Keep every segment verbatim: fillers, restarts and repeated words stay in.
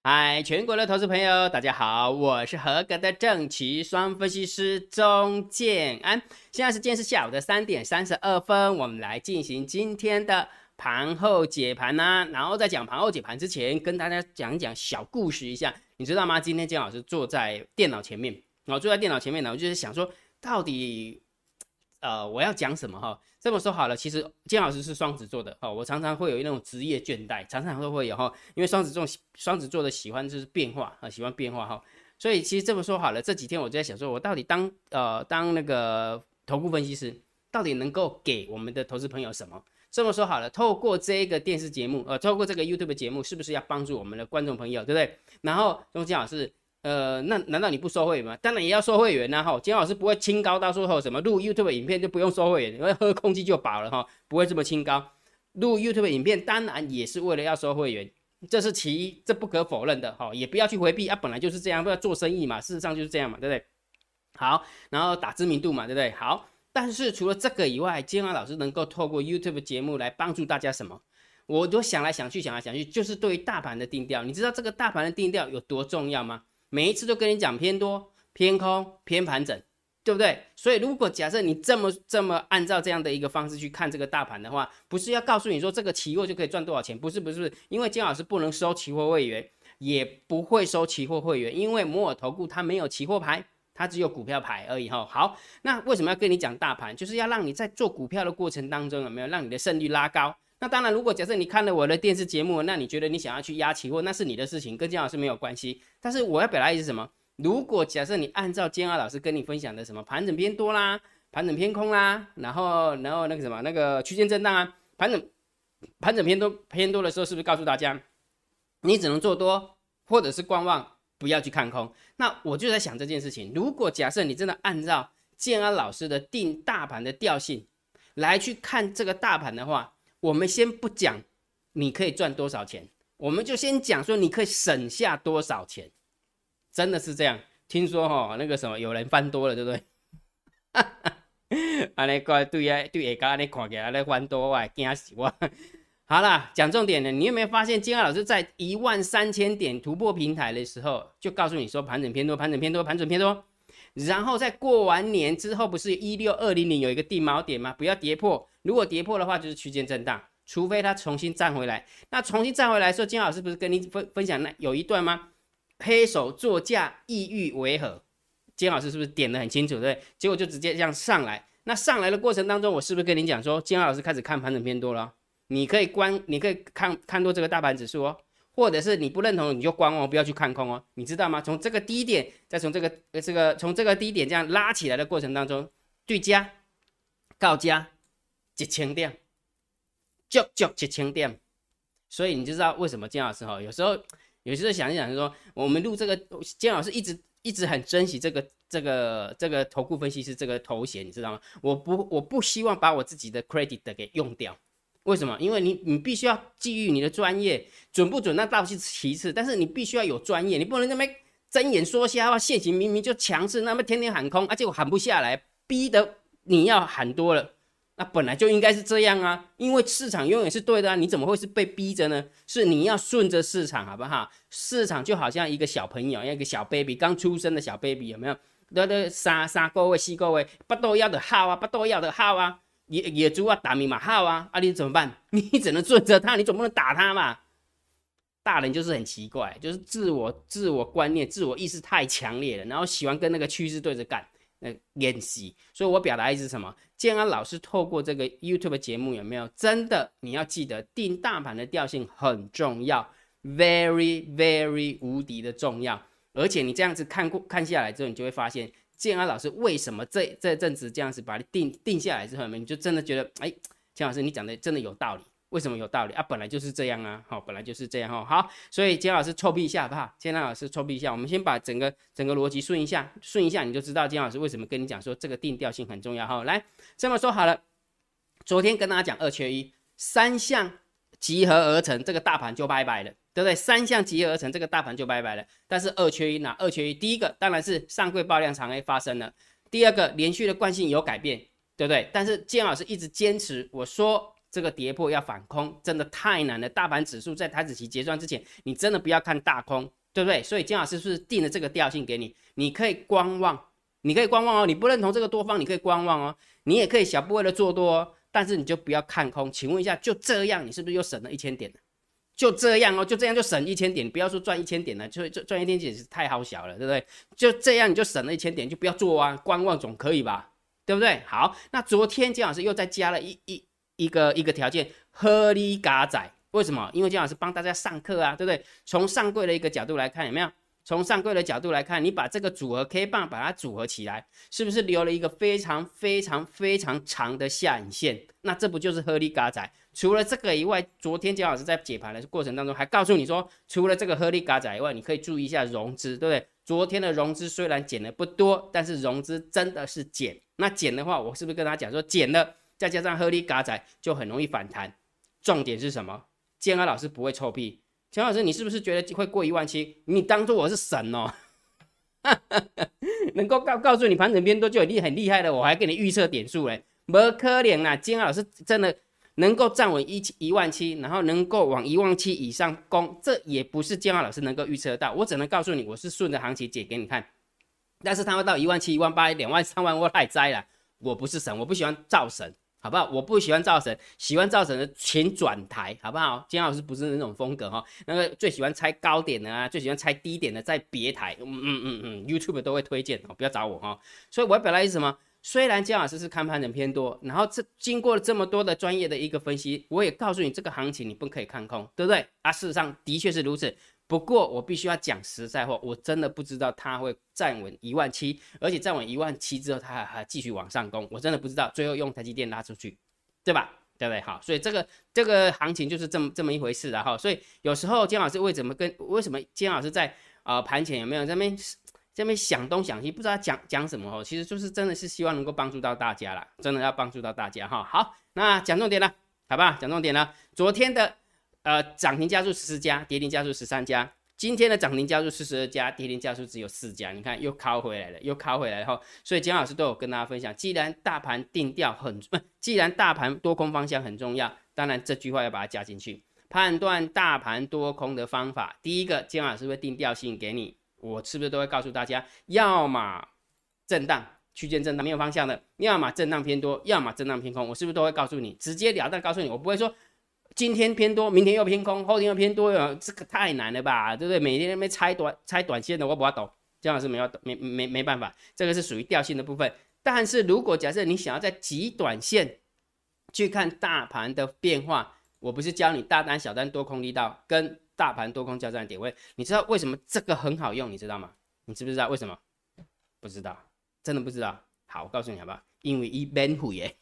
嗨，全国的投资朋友，大家好，我是合格的正奇双分析师钟建安。现在时间是下午的三点三十二分，我们来进行今天的盘后解盘呐、啊。然后在讲盘后解盘之前，跟大家讲一讲小故事一下，你知道吗？今天姜老师坐在电脑前面，然后坐在电脑前面呢，我就是想说，到底呃我要讲什么哈？这么说好了，其实姜老师是双子座的哦，我常常会有那种职业倦怠，常常都会有哈，因为双子座双子座的喜欢就是变化啊，喜欢变化哈，所以其实这么说好了，这几天我就在想说，我到底当呃当那个投顾分析师，到底能够给我们的投资朋友什么？这么说好了，透过这个电视节目，呃，透过这个 YouTube 节目，是不是要帮助我们的观众朋友，对不对？然后钟姜老师。呃，那难道你不收会员吗？当然也要收会员呐、啊、哈。金老师不会清高到说什么录 YouTube 影片就不用收会员，因为喝空气就饱了哈，不会这么清高。录 YouTube 影片当然也是为了要收会员，这是其一，这不可否认的哈，也不要去回避啊，本来就是这样，不要做生意嘛，事实上就是这样嘛，对不对？好，然后打知名度嘛，对不对？好，但是除了这个以外，金安老师能够透过 YouTube 节目来帮助大家什么？我都想来想去，想来想去，就是对于大盘的定调，你知道这个大盘的定调有多重要吗？每一次都跟你讲偏多、偏空、偏盘整，对不对？所以如果假设你这么这么按照这样的一个方式去看这个大盘的话，不是要告诉你说这个期货就可以赚多少钱，不是不是不是，因为姜老师不能收期货会员，也不会收期货会员，因为摩尔投顾它没有期货牌，它只有股票牌而已哈。好，那为什么要跟你讲大盘？就是要让你在做股票的过程当中有没有让你的胜率拉高？那当然，如果假设你看了我的电视节目，那你觉得你想要去压期货，那是你的事情，跟姜老师没有关系。但是我要表达意思是什么？如果假设你按照姜老师跟你分享的什么盘整偏多啦、盘整偏空啦，然后然后那个什么那个区间震荡啊，盘整盘整偏多偏多的时候，是不是告诉大家你只能做多或者是观望，不要去看空？那我就在想这件事情，如果假设你真的按照建安老师的定大盘的调性来去看这个大盘的话，我们先不讲你可以赚多少钱，我们就先讲说你可以省下多少钱。真的是这样，听说哈那个什么有人翻多了，对不对？安尼怪对啊，对下安尼看起来咧翻多，我惊死我。好啦，讲重点了，你有没有发现金安老师在一万三千点突破平台的时候，就告诉你说盘整偏多，盘整偏多，盘整偏多。然后在过完年之后，不是一六二零零有一个定锚点吗？不要跌破，如果跌破的话，就是区间震荡，除非它重新站回来。那重新站回来的时候，金老师不是跟你分分享那有一段吗？黑手作价，意欲为何？金老师是不是点得很清楚，对不对？结果就直接这样上来。那上来的过程当中，我是不是跟你讲说，金老师开始看盘整偏多了？你可以观，你可以看看多这个大盘指数哦。或者是你不认同，你就观望，不要去看空哦，你知道吗？从这个低点，再从这个这个从这个低点这样拉起来的过程当中，对加、高加一千点，足足一千点，所以你就知道为什么姜老师哈，有时候有时候想一想说，我们录这个姜老师一直一直很珍惜这个这个这个投顾分析师这个头衔，你知道吗？我不我不希望把我自己的 credit 给用掉。为什么？因为你你必须要基于你的专业，准不准那倒是其次，但是你必须要有专业，你不能那么睁眼说瞎话，现行明明就强势，那么天天喊空，而且我喊不下来，逼得你要喊多了，那本来就应该是这样啊，因为市场永远是对的啊，你怎么会是被逼着呢？是你要顺着市场，好不好？市场就好像一个小朋友，一个小 baby， 刚出生的小 baby， 有没有？对对，三三个月、四个月，不都要的好啊，不都要的好啊。野野猪啊，打你嘛好啊，啊你怎么办？你只能顺着他，你总不能打他嘛。大人就是很奇怪，就是自我自我观念、自我意识太强烈了，然后喜欢跟那个趋势对着干，那演习。所以我表达意思是什么？建安老师透过这个 YouTube 节目有没有真的？你要记得定大盘的调性很重要 ，very very 无敌的重要。而且你这样子看过看下来之后，你就会发现。建安老师为什么这这阵子这样子把你定定下来之后，你就真的觉得，哎，建老师你讲的真的有道理。为什么有道理啊？本来就是这样啊，好，本来就是这样哈。好，所以建老师臭屁一下好不好？建老师臭屁一下，我们先把整个整个逻辑顺一下，顺一下你就知道建老师为什么跟你讲说这个定调性很重要哈。来，这么说好了，昨天跟大家讲二缺一，三项集合而成，这个大盘就拜拜了。对不对？三项集合而成，这个大盘就拜拜了。但是二缺一哪？二缺一，第一个当然是上柜爆量长 A 发生了，第二个连续的惯性有改变，对不对？但是建老师一直坚持，我说这个跌破要反空，真的太难了。大盘指数在台指期结算之前，你真的不要看大空， 对不对？所以姜老师是不是定了这个调性给你，你可以观望，你可以观望哦，你不认同这个多方，你可以观望哦，你也可以小部位的做多哦，但是你就不要看空。请问一下，就这样，你是不是又省了一千点了？就这样哦，就这样就省一千点，不要说赚一千点了，就赚一千点是太好小了，对不对？就这样你就省了一千点，就不要做啊，观望总可以吧？对不对？好，那昨天姜老师又再加了一一一个一个条件，合理嘎仔，为什么？因为姜老师帮大家上课啊，对不对？从上柜的一个角度来看，有没有？从上柜的角度来看，你把这个组合 K 棒把它组合起来，是不是留了一个非常非常非常长的下影线？那这不就是合理嘎仔？除了这个以外，昨天姜老师在解盘的过程当中还告诉你说，除了这个合理嘎仔以外，你可以注意一下融资，对不对？昨天的融资虽然减的不多，但是融资真的是减。那减的话，我是不是跟他讲说减了，再加上合理嘎仔就很容易反弹？重点是什么？建安老师不会臭屁。姜老师，你是不是觉得会过一万七？你当做我是神哦，能够告告诉你盘整偏多就很厉害的，我还给你预测点数嘞，没可能啦！姜老师真的能够站稳一一万七，然后能够往一万七以上攻，这也不是姜老师能够预测到。我只能告诉你，我是顺着行情解给你看。但是它会到一万七、一万八、两万、三万，我太栽了。我不是神，我不喜欢造神。好不好？我不喜欢造神，喜欢造神的请转台，好不好？金老师不是那种风格哈，那个最喜欢猜高点的啊，最喜欢猜低点的，在别台，嗯嗯嗯嗯 ，YouTube 都会推荐哦，不要找我哈。所以我要表达是什么？虽然姜老师是看盘人偏多，然后这经过了这么多的专业的一个分析，我也告诉你这个行情你不可以看空，对不对？啊，事实上的确是如此。不过我必须要讲实在话，我真的不知道它会站稳一万七，而且站稳一万七之后，它还还继续往上攻，我真的不知道，最后用台积电拉出去，对吧？对不对？好，所以这个这个行情就是这么这么一回事的哈。所以有时候姜老师为什么跟为什么姜老师在呃盘前有没有在那边在那边想东想西，不知道讲讲什么哦？其实就是真的是希望能够帮助到大家啦，真的要帮助到大家哈。好，那讲重点了，好吧？讲重点了，昨天的。呃，涨停家数十四家，跌停家数十三家。今天的涨停家数四十二家，跌停家数只有四家。你看又靠回来了，又靠回来了哈。所以姜老师都有跟大家分享，既然大盘定调很，不，既然大盘多空方向很重要，当然这句话要把它加进去。判断大盘多空的方法，第一个，姜老师会定调性给你，我是不是都会告诉大家，要么震荡。区间震荡没有方向的，要么震荡偏多，要么震荡偏空，我是不是都会告诉你，直截了当告诉你，我不会说。今天偏多，明天又偏空，后天又偏多，这个太难了吧，对不对？每天那边猜短猜短线的，我不要懂，这样是没有没没没办法，这个是属于调性的部分。但是如果假设你想要在极短线去看大盘的变化，我不是教你大单、小单、多空力道跟大盘多空交战的点位，你知道为什么这个很好用？你知道吗？你知不知道为什么？不知道，真的不知道。好，我告诉你好不好？因为一免费耶。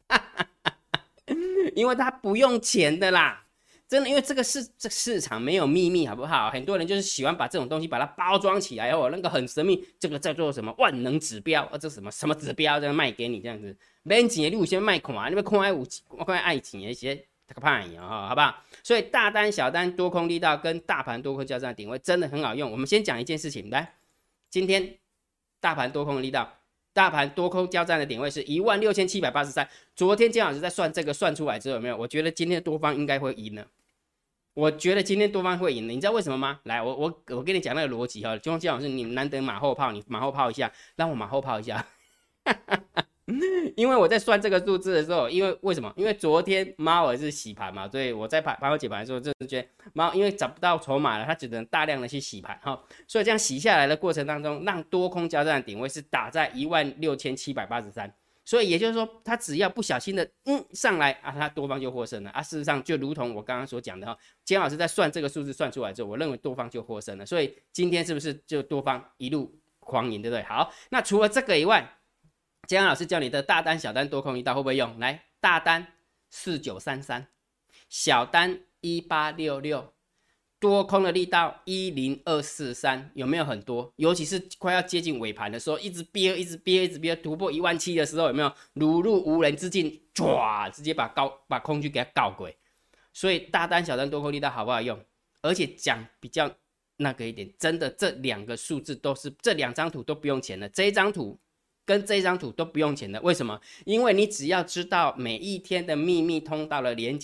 因为它不用钱的啦，真的，因为这个市这市场没有秘密，好不好？很多人就是喜欢把这种东西把它包装起来哦，那个很神秘，这个叫做什么万能指标，啊，这什么什么指标这样卖给你这样子，免钱的你有先卖看，你要看爱有看爱钱的一些这个怕你哦，好不好？所以大单、小单、多空力道跟大盘多空交战的点位真的很好用。我们先讲一件事情，来，今天大盘多空的力道。大盘多空交战的点位是一万六千七百八十三。昨天姜老师在算这个算出来之后，有没有？我觉得今天的多方应该会赢了。我觉得今天多方会赢了，你知道为什么吗？来，我我我跟你讲那个逻辑哈，就姜老师，你难得马后炮，你马后炮一下，让我马后炮一下。因为我在算这个数字的时候，因为为什么？因为昨天猫儿是洗盘嘛，所以我在盘盘后解盘的时候，就是觉得猫因为找不到筹码了，它只能大量的去洗盘哈，所以这样洗下来的过程当中，让多空交战的点位是打在一万六千七百八十三，所以也就是说，它只要不小心的嗯上来啊，它多方就获胜了啊。事实上，就如同我刚刚所讲的哈，姜老师在算这个数字算出来之后，我认为多方就获胜了，所以今天是不是就多方一路狂赢，对不对？好，那除了这个以外。姜老师教你的大单、小单、多空力道会不会用？来，大单四九三三，小单一八六六，多空的力道一零二四三，有没有很多？尤其是快要接近尾盘的时候，一直憋、一直憋、一直憋，突破一万七的时候，有没有如入无人之境？唰，直接把高把空军给它搞鬼。所以大单、小单、多空力道好不好用？而且讲比较那个一点，真的这两个数字都是这两张图都不用钱的，这一张图。跟这张图都不用钱的，为什么？因为你只要知道每一天的秘密通道的连结，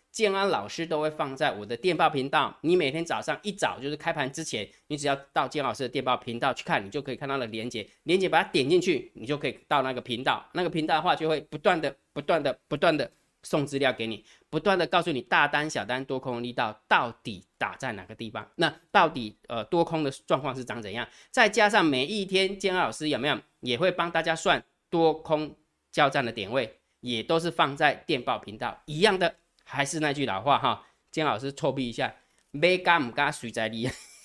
建安老师都会放在我的电报频道，你每天早上一早就是开盘之前，你只要到建安老师的电报频道去看，你就可以看到了连结，连结把它点进去，你就可以到那个频道，那个频道的话就会不断的、不断的、不断的送资料给你，不断的告诉你大单、小单、多空力道到底打在哪个地方，那到底呃多空的状况是长怎样，再加上每一天建安老师有没有也会帮大家算多空交战的点位，也都是放在电报频道一样的。还是那句老话哈，建安老师臭屁一下，买加不加随在你，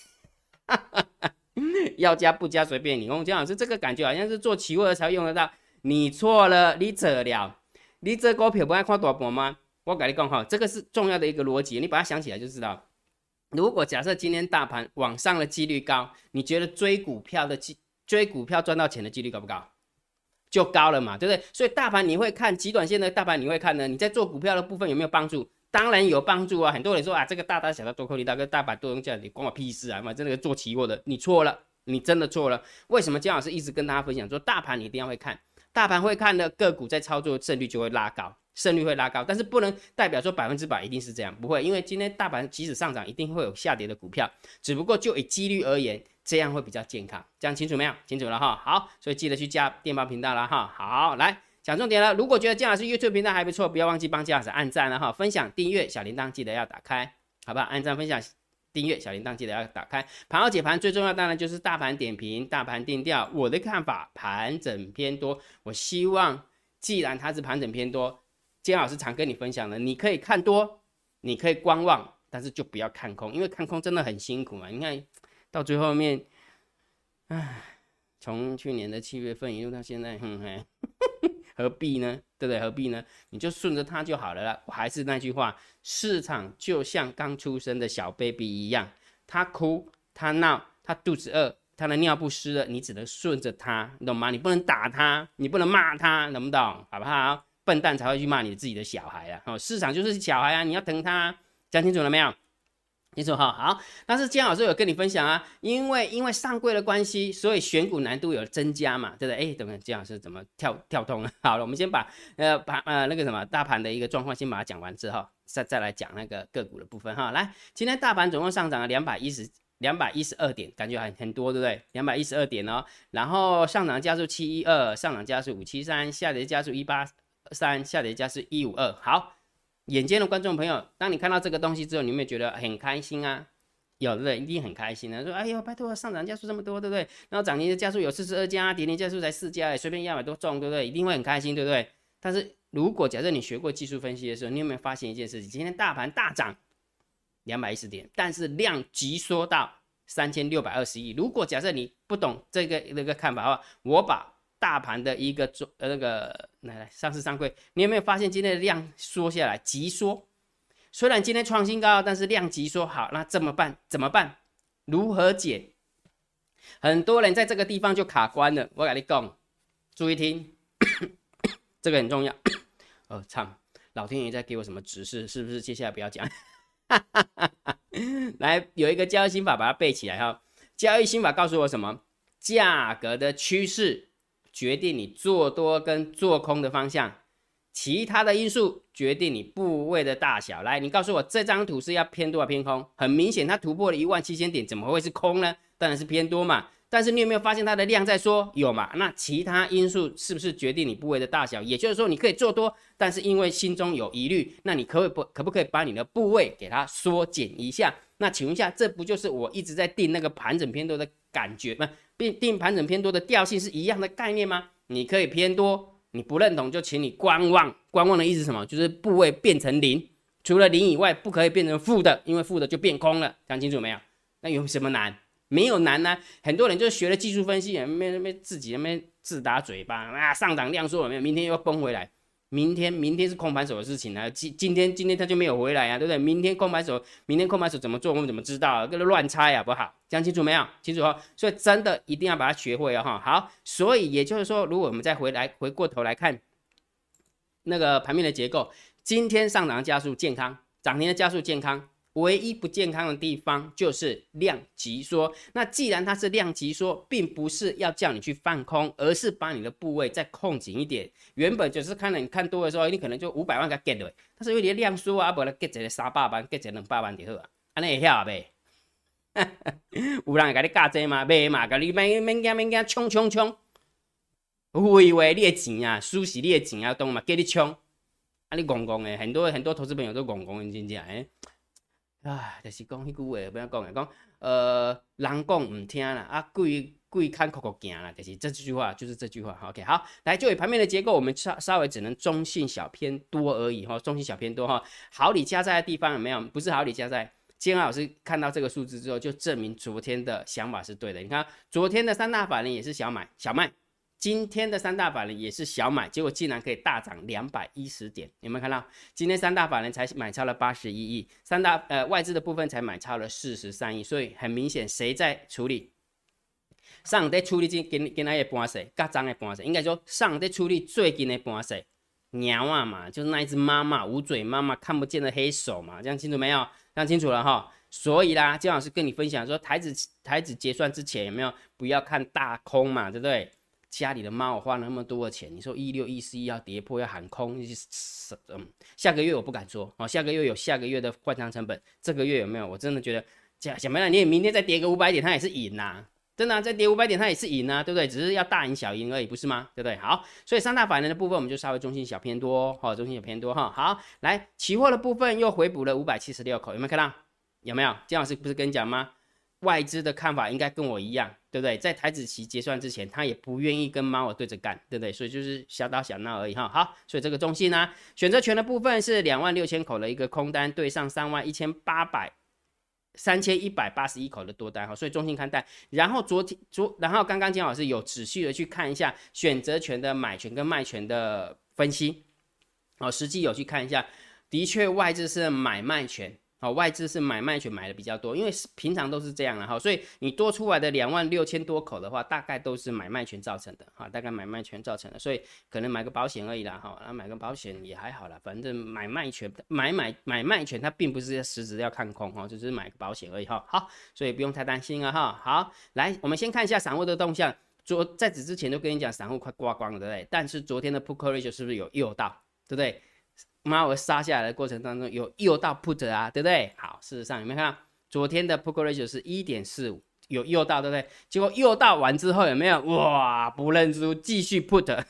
要加不加随便你。建安老师这个感觉好像是做期货的才用得到，你错了，你错了，你这股票不爱看大盘吗？我跟你讲哈，这个是重要的一个逻辑，你把它想起来就知道。如果假设今天大盘往上的几率高，你觉得追股票的追股票赚到钱的几率高不高？就高了嘛，对不对？所以大盘你会看极短线的大盘，你会看呢？你在做股票的部分有没有帮助？当然有帮助啊！很多人说啊，这个大单小单多空力道跟大盘多空价，你关我屁事啊！嘛，真的做期货的，你错了，你真的错了。为什么姜老师一直跟大家分享说，大盘你一定要会看，大盘会看的个股在操作胜率就会拉高，胜率会拉高，但是不能代表说百分之百一定是这样，不会，因为今天大盘即使上涨，一定会有下跌的股票，只不过就以几率而言。这样会比较健康，这样清楚没有？清楚了哈。好，所以记得去加电报频道了哈。好，来讲重点了。如果觉得姜老师 YouTube 频道还不错，不要忘记帮姜老师按赞了哈，分享、订阅、小铃铛记得要打开，好不好？按赞、分享、订阅、小铃铛记得要打开。盘后解盘最重要当然就是大盘点评、大盘定调。我的看法，盘整偏多。我希望既然它是盘整偏多，姜老师常跟你分享的，你可以看多，你可以观望，但是就不要看空，因为看空真的很辛苦嘛。你看。到最后面，唉，从去年的七月份一路到现在，哼嘿，何必呢？对不对？何必呢？你就顺着它就好了啦。我还是那句话，市场就像刚出生的小 baby 一样，他哭，他闹，他肚子饿，他的尿不湿了，你只能顺着他，你懂吗？你不能打他，你不能骂他，懂不懂？好不好？笨蛋才会去骂你自己的小孩啊！哦，市场就是小孩啊，你要疼他，讲清楚了没有？清楚哈，好，但是姜老师有跟你分享啊，因为因为上柜的关系，所以选股难度有增加嘛，对不对？哎，等等，姜老师怎么跳跳通了？好了，我们先把呃盘呃那个什么大盘的一个状况先把它讲完之后，再再来讲那个个股的部分哈。来，今天大盘总共上涨了两百一十两百一十二点，感觉很很多，对不对？两百一十二点哦，然后上涨加速七一二，上涨加速五七三，下跌加速一八三，下跌加速一五二，好。眼尖的观众朋友，当你看到这个东西之后，你有没有觉得很开心啊？有的人一定很开心的、啊，说：“哎呦，拜托，上涨加速这么多，对不对？然后涨停的加速有四十二家，跌停加速才四家，随便一百多中，对不对？一定会很开心，对不对？但是如果假设你学过技术分析的时候，你有没有发现一件事情？今天大盘大涨两百一十点，但是量急缩到三千六百二十亿。如果假设你不懂这个那个看法的话，我把大盘的一个呃那个来来上市上柜，你有没有发现今天的量缩下来，急缩？虽然今天创新高，但是量急缩。好，那怎么办？怎么办？如何解？很多人在这个地方就卡关了。我跟你讲，注意听，这个很重要。哦，唱，老天爷在给我什么指示？是不是接下来不要讲？来，有一个交易心法，把它背起来哈。交易心法告诉我什么？价格的趋势决定你做多跟做空的方向，其他的因素决定你部位的大小。来，你告诉我这张图是要偏多还偏空？很明显，它突破了一万七千点，怎么会是空呢？当然是偏多嘛。但是你有没有发现它的量在缩？有嘛？那其他因素是不是决定你部位的大小？也就是说，你可以做多，但是因为心中有疑虑，那你可不可不可以把你的部位给它缩减一下？那请问一下，这不就是我一直在定那个盘整偏多的感觉吗？并定盘整偏多的调性是一样的概念吗？你可以偏多，你不认同就请你观望。观望的意思是什么？就是部位变成零，除了零以外，不可以变成负的，因为负的就变空了。讲清楚没有？那有什么难？没有难啊。很多人就学了技术分析，没没自己没自打嘴巴啊，上涨量缩了没有？明天又崩回来。明天明天是空盘手的事情啊，今今天今天他就没有回来啊，对不对？明天空盘手，明天空盘手怎么做，我们怎么知道啊？跟他乱猜好不好？讲清楚没有？清楚哦。所以真的一定要把它学会哦哈。好，所以也就是说，如果我们再回来回过头来看那个盘面的结构，今天上涨的加速健康，涨停的加速健康， 唯一不健康的地方就是量级缩。那既然它是量级缩，并不是要叫你去放空，而是把你的部位再控紧一点。原本就是看了你看多的时候，你可能就五百万给 get 了，但是因为你的量缩啊，不然 get 一个三百万 ，get 一个两百万就好啊，安尼会晓袂？有人会甲你教这吗？袂嘛，甲你免免惊免惊，冲冲冲！我以为你的钱啊，输是你的钱啊，懂嘛？叫你冲，啊你戆戆的，很多很多投资朋友都戆戆的，真正诶。唉，就是讲迄句话，不要讲诶，讲呃，人讲唔听啦，啊，鬼鬼看酷酷行啦，就是这句话，就是这句话。OK， 好，来，就以盘面的结构，我们稍稍微只能中性小偏多而已哈，中性小偏多哈。好礼加在的地方有没有？不是好礼加在。今天老师看到这个数字之后，就证明昨天的想法是对的。你看，昨天的三大法人也是小买小卖。今天的三大法人也是小买，结果竟然可以大涨两百一十点，有没有看到？今天三大法人才买超了八十一亿，三大呃外资的部分才买超了四十三亿，所以很明显谁在处理？上在处理今今今仔的盘势，甲涨的盘势，应该说上在处理最近的盘势，鸟啊嘛，就是那一只妈妈捂嘴妈妈看不见的黑手嘛，这样清楚没有？这样清楚了哈。所以啦，姜老师跟你分享说，台子台子结算之前有没有不要看大空嘛，对不对？家里的猫我花了那么多的钱，你说一六一四一要跌破要喊空，嗯，下个月我不敢说哦，下个月有下个月的换仓成本，这个月有没有？我真的觉得，讲讲白了，你也明天再跌个五百点，它也是赢呐、啊，真的、啊，再跌五百点它也是赢呐、啊，对不对？只是要大赢小赢而已，不是吗？对不对？好，所以三大法人的部分我们就稍微中性小偏多，哈、哦，中性小偏多哈。好，来期货的部分又回补了五百七十六口，有没有看到？有没有？姜老师不是跟你讲吗？外资的看法应该跟我一样，对不对？在台指期结算之前，他也不愿意跟猫儿对着干，对不对？所以就是小打小闹而已哈。好，所以这个中性呢，选择权的部分是两万六千口的一个空单对上三万一千八百三千一百八十一口的多单哈，所以中性看待。然后昨天昨，然后刚刚姜老师有仔细的去看一下选择权的买权跟卖权的分析，哦，实际有去看一下，的确外资是买卖权。好，外资是买卖权买的比较多，因为平常都是这样了哈，所以你多出来的两万六千多口的话，大概都是买卖权造成的哈，大概买卖权造成的，所以可能买个保险而已啦哈，然后买个保险也还好啦，反正买卖权买买买卖权它并不是实质要看空哈，只是买个保险而已哈，好，所以不用太担心啊哈。好，来我们先看一下散户的动向，昨在此之前都跟你讲散户快刮光了，对不对？但是昨天的 put call ratio 是不是有诱到，对不对？猫儿杀下来的过程当中有诱到 put 啊，对不对？好，事实上有没有看到昨天的 put ratio 是 一点四五， 有诱到，对不对？结果诱到完之后有没有哇不认输继续 put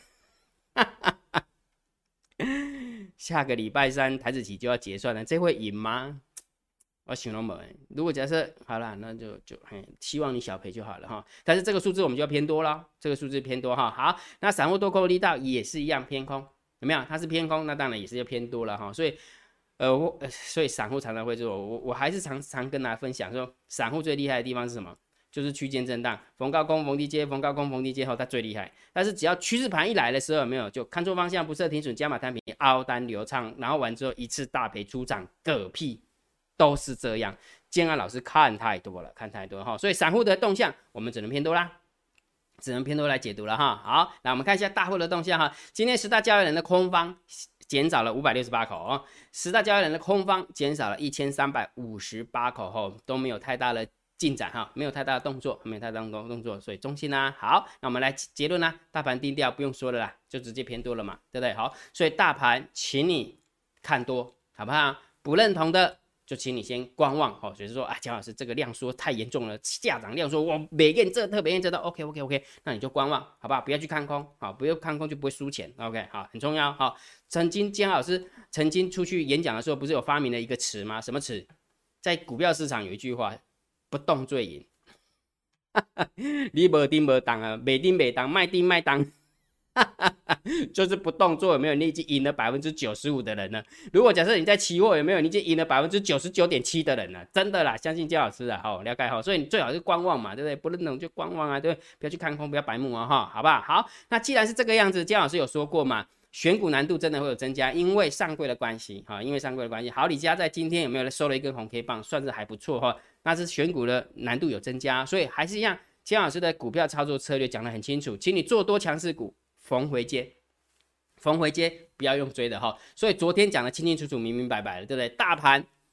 下个礼拜三台指期就要结算了，这会赢吗？我想都没。如果假设好了，那就就希望你小赔就好了哈。但是这个数字我们就要偏多了，这个数字偏多哈。好，那散户多空力道也是一样偏空。有没有？它是偏空，那当然也是要偏多了哈。所以，呃，我所以散户常常会做，我我还是常常跟大家分享说，散户最厉害的地方是什么？就是区间震荡，逢高攻逢低接，逢高攻逢低接后，它最厉害。但是只要趋势盘一来的时候，有没有就看错方向，不设停损，加码摊平，凹单流畅，然后完之后一次大赔出场，嗝屁都是这样。建安老师看太多了，看太多了哈。所以散户的动向，我们只能偏多啦。只能偏多来解读了哈。好，来我们看一下大户的动向哈。今天十大交易人的空方减少了五百六十八口哦，十大交易人的空方减少了一千三百五十八口后，都没有太大的进展哈，没有太大的动作，没有太大的动作，所以中性啦。好，那我们来结论啦，大盘定调不用说了啦，就直接偏多了嘛，对不对？好，所以大盘请你看多，好不好？不认同的。就请你先观望哦，就是说啊，姜老师这个量缩太严重了，下涨量缩，我没验证特别验证到 ，OK OK OK， 那你就观望，好不好？不要去看空，好，不要看空就不会输钱 ，OK， 好，很重要，好。曾经姜老师曾经出去演讲的时候，不是有发明了一个词吗？什么词？在股票市场有一句话，不动最赢。你没定没当啊，没定没当，卖定卖当。就是不动作有没有？你已经赢了百分之九十五的人了。如果假设你在期货有没有？你已经赢了百分之九十九点七的人了，真的啦，相信姜老师啊，好了解哈。所以你最好是观望嘛，对不对？不认同就观望啊，对不对？不要去看空，不要白目啊，哈，好不好？好，那既然是这个样子，姜老师有说过嘛，选股难度真的会有增加，因为上柜的关系哈，因为上柜的关系。好，李家在今天有没有收了一根红 K 棒，算是还不错哈。那是选股的难度有增加，所以还是一样，姜老师的股票操作策略讲得很清楚，请你做多强势股，逢回接。逢回接不要用追的哈，所以昨天讲的清清楚楚、明明白白的，对不对？大盘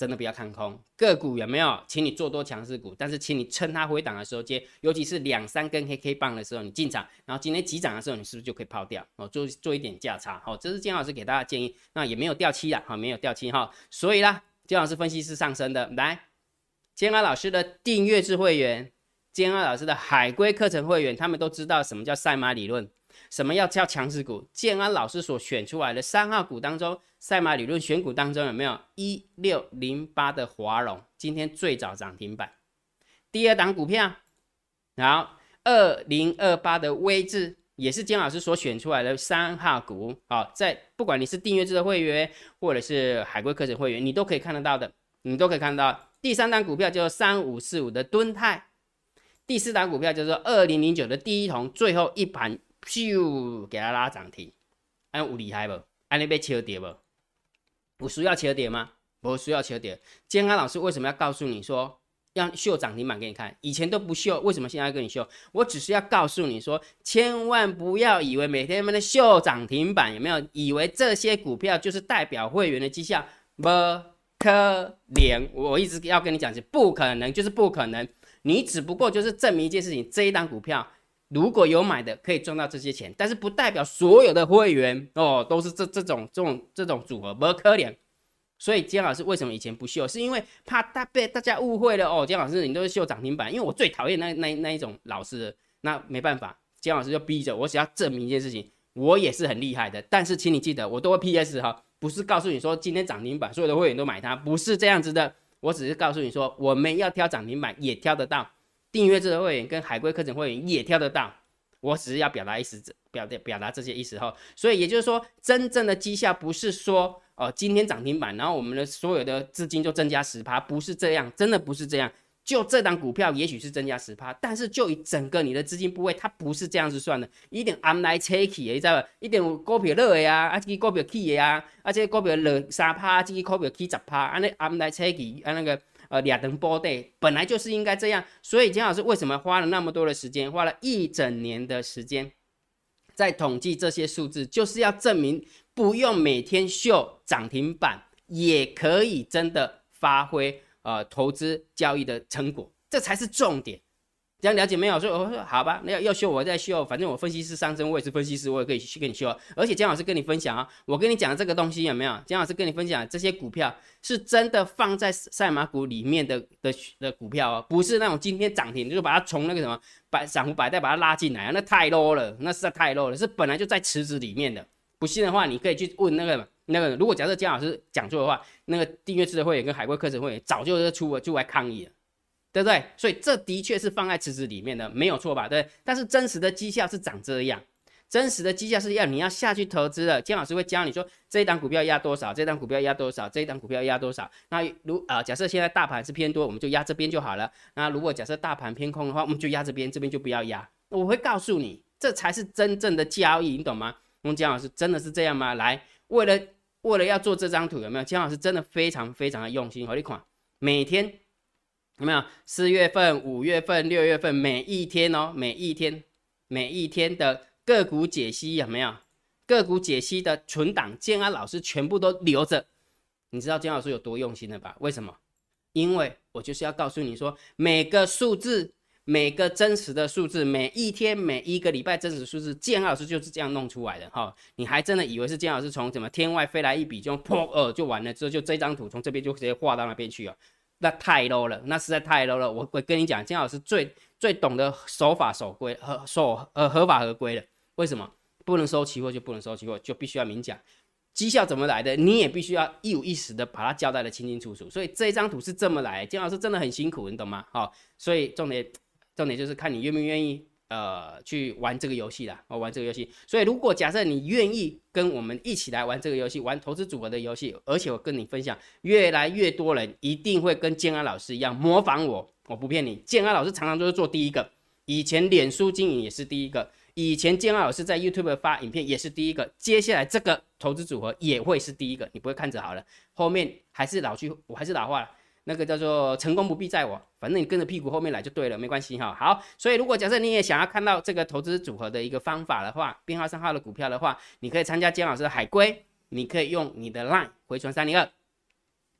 真的不要看空个股，有没有？请你做多强势股，但是请你趁它回档的时候接，尤其是两三根黑 K 棒的时候你进场，然后今天急涨的时候你是不是就可以抛掉哦？做做一点价差，好、哦，这是建老师给大家的建议，那也没有掉期啦，好、哦，没有掉期哈、哦，所以啦，建老师分析是上升的，来，建安老师的订阅制会员，建安老师的海龟课程会员，他们都知道什么叫赛马理论。什么要叫强势股？建安老师所选出来的三号股当中，赛马理论选股当中有没有一六零八的华荣？今天最早涨停板。第二档股票，好，二零二八的威智也是建安老师所选出来的三号股。好，在不管你是订阅制的会员，或者是海龟课程会员，你都可以看得到的，你都可以看到。第三档股票叫做三五四五的敦泰，第四档股票叫做二零零九的第一铜，最后一盘。咻，给它拉涨停，安有厉害不？安尼被切跌不？有需要切跌吗？不需要切跌。健康老师为什么要告诉你说要秀涨停板给你看？以前都不秀，为什么现在要跟你秀？我只是要告诉你说，千万不要以为每天们的秀涨停板，有没有？以为这些股票就是代表会员的绩效？不可能，我一直要跟你讲是不可能，就是不可能。你只不过就是证明一件事情，这一档股票。如果有买的可以赚到这些钱，但是不代表所有的会员哦都是这这种这种这种组合，不可能。所以姜老师为什么以前不秀，是因为怕大被大家误会了哦。姜老师你都是秀涨停板，因为我最讨厌那那那一种老师了，那没办法，姜老师就逼着我，只要证明一件事情，我也是很厉害的。但是请你记得，我都会 P S 哈，不是告诉你说今天涨停板所有的会员都买它，不是这样子的。我只是告诉你说，我们要挑涨停板也挑得到。订阅制的会员跟海龟课程会员也挑得到，我只是要表达意思，表表达这些意思哈。所以也就是说，真正的绩效不是说哦今天涨停板，然后我们的所有的资金就增加 百分之十， 不是这样，真的不是这样。就这档股票也许是增加 百分之十， 但是就以整个你的资金部位，它不是这样子算的，一定按来切起的，你知道吧？一定有股票落的啊，啊这个股票起的啊，啊这个股票落 百分之三， 这个股票起 百分之十， 按那按来切起，按那个。呃，两等波对，本来就是应该这样，所以姜老师为什么花了那么多的时间，花了一整年的时间，在统计这些数字，就是要证明不用每天秀涨停板，也可以真的发挥呃投资交易的成果，这才是重点。这样了解没有？所以我说好吧，那要要秀我再秀，反正我分析师上身，我也是分析师，我也可以去跟你秀。而且姜老师跟你分享啊，我跟你讲这个东西有没有？姜老师跟你分享这些股票是真的放在赛马股里面的的的股票哦，不是那种今天涨停就把它从那个什么百散户百代把它拉进来啊，那太 low 了，那实在太 low 了，是本来就在池子里面的。不信的话，你可以去问那个那个，如果假设姜老师讲错的话，那个订阅制的会员跟海龟课程会员早就出了就来抗议了。对不对？所以这的确是放在池子里面的，没有错吧？对。但是真实的绩效是长这样，真实的绩效是要你要下去投资的。姜老师会教你说，这一档股票压多少，这一档股票压多少，这一档股票压多少。那如啊、呃，假设现在大盘是偏多，我们就压这边就好了。那如果假设大盘偏空的话，我们就压这边，这边就不要压。我会告诉你，这才是真正的交易，你懂吗？我们姜老师真的是这样吗？来，为了为了要做这张图，有没有？姜老师真的非常非常的用心，和你看，每天。有没有四月份、五月份、六月份每一天哦，每一天、每一天的个股解析有没有？个股解析的存档，建安老师全部都留着。你知道建安老师有多用心了吧？为什么？因为我就是要告诉你说，每个数字、每个真实的数字，每一天、每一个礼拜真实数字，建安老师就是这样弄出来的哈、哦。你还真的以为是建安老师从什么天外飞来一笔就砰呃就完了之后，就这张图从这边就直接画到那边去哦。那太 low 了，那实在太 low 了。我我跟你讲，姜老师最最懂得守法守规，合守呃合法合规了。为什么不能收期货就不能收期货，就必须要明讲绩效怎么来的，你也必须要一五一十的把它交代的清清楚楚。所以这一张图是这么来，姜老师真的很辛苦，你懂吗？好、哦，所以重点重点就是看你愿不愿意。呃，去玩这个游戏啦，哦，玩这个游戏。所以，如果假设你愿意跟我们一起来玩这个游戏，玩投资组合的游戏，而且我跟你分享，越来越多人一定会跟建安老师一样模仿我，我不骗你，建安老师常常都是做第一个，以前脸书经营也是第一个，以前建安老师在 YouTube 发影片也是第一个，接下来这个投资组合也会是第一个，你不会看着好了，后面还是老句，我还是老话了。那个叫做成功不必在我，反正你跟着屁股后面来就对了，没关系哈。好，所以如果假设你也想要看到这个投资组合的一个方法的话，编号三号的股票的话，你可以参加姜老师的海龟，你可以用你的 LINE 回传三零二，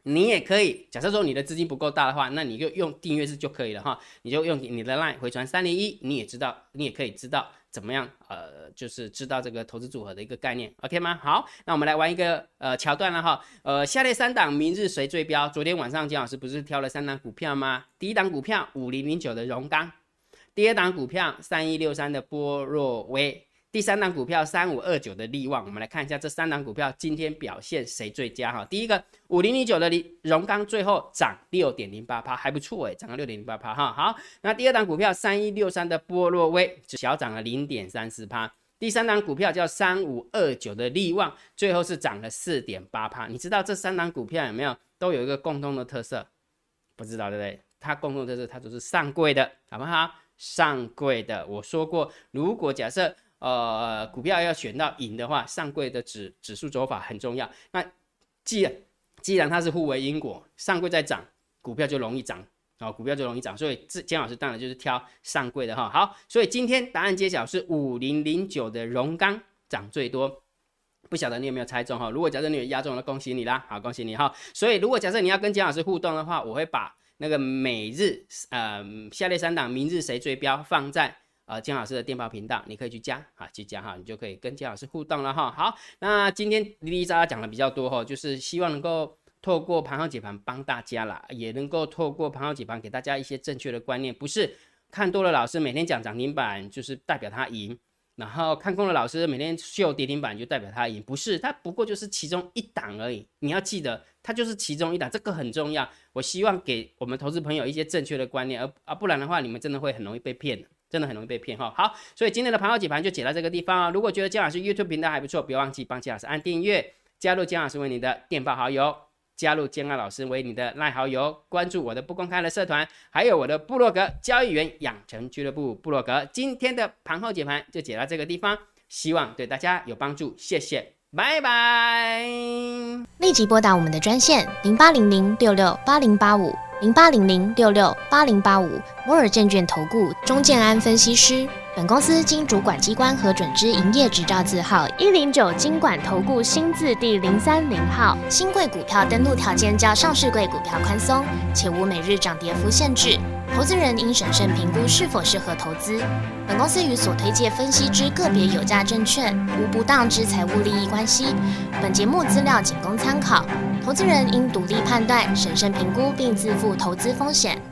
你也可以，假设说你的资金不够大的话，那你就用订阅制就可以了哈，你就用你的 LINE 回传三零一，你也知道，你也可以知道怎么样，呃，就是知道这个投资组合的一个概念 ，OK 吗？好，那我们来玩一个呃桥段了哈，呃，下列三档明日谁最标？昨天晚上姜老师不是挑了三档股票吗？第一档股票五零零九的荣刚，第二档股票三一六三的波若威。第三档股票三五二九的力旺，我们来看一下这三档股票今天表现谁最佳哈？第一个五零零九的荣刚最后涨 百分之六点零八， 还不错哎，涨了 百分之六点零八 哈。好，那第二档股票三一六三的波若威只小涨了 百分之零点三四， 第三档股票叫三五二九的力旺，最后是涨了 百分之四点八。 你知道这三档股票有没有都有一个共同的特色？不知道对不对？它共同的特色它都是上柜的，好不好？上柜的，我说过，如果假设呃，股票要选到赢的话，上柜的指指数走法很重要。那既然既然它是互为因果，上柜在涨，股票就容易涨，哦，股票就容易涨。所以姜老师当然就是挑上柜的哈。好，所以今天答案揭晓是五零零九的荣刚涨最多。不晓得你有没有猜中哈？如果假设你有押中了，恭喜你啦，好，恭喜你哈。所以如果假设你要跟姜老师互动的话，我会把那个每日呃下列三档明日谁最标放在。呃，姜老师的电报频道，你可以去加啊，去加哈，你就可以跟姜老师互动了哈。好，那今天哩哩喳喳讲的比较多哈，就是希望能够透过盘后解盘帮大家啦，也能够透过盘后解盘给大家一些正确的观念，不是看多了老师每天讲涨停板就是代表他赢，然后看空的老师每天秀跌停板就代表他赢，不是，他不过就是其中一档而已。你要记得，它就是其中一档，这个很重要。我希望给我们投资朋友一些正确的观念，而啊不然的话，你们真的会很容易被骗的。真的很容易被骗哈。好，所以今天的盘后解盘就解到这个地方啊。如果觉得姜老师 YouTube 频道还不错，不要忘记帮姜老师按订阅，加入姜老师为你的电报好友，加入姜老师为你的赖好友，关注我的不公开的社团，还有我的部落格交易员养成俱乐部部落格。今天的盘后解盘就解到这个地方，希望对大家有帮助，谢谢，拜拜。 立即拨打我们的专线零八零零六六八零八五。零八零零六六八零八五摩尔证券投顾钟建安分析师，本公司经主管机关核准之营业执照字号一零九金管投顾新字第零三零号。新贵股票登录条件较上市贵股票宽松，且无每日涨跌幅限制。投资人应审慎评估是否适合投资。本公司与所推介分析之个别有价证券无不当之财务利益关系。本节目资料仅供参考，投资人应独立判断、审慎评估并自负投资风险。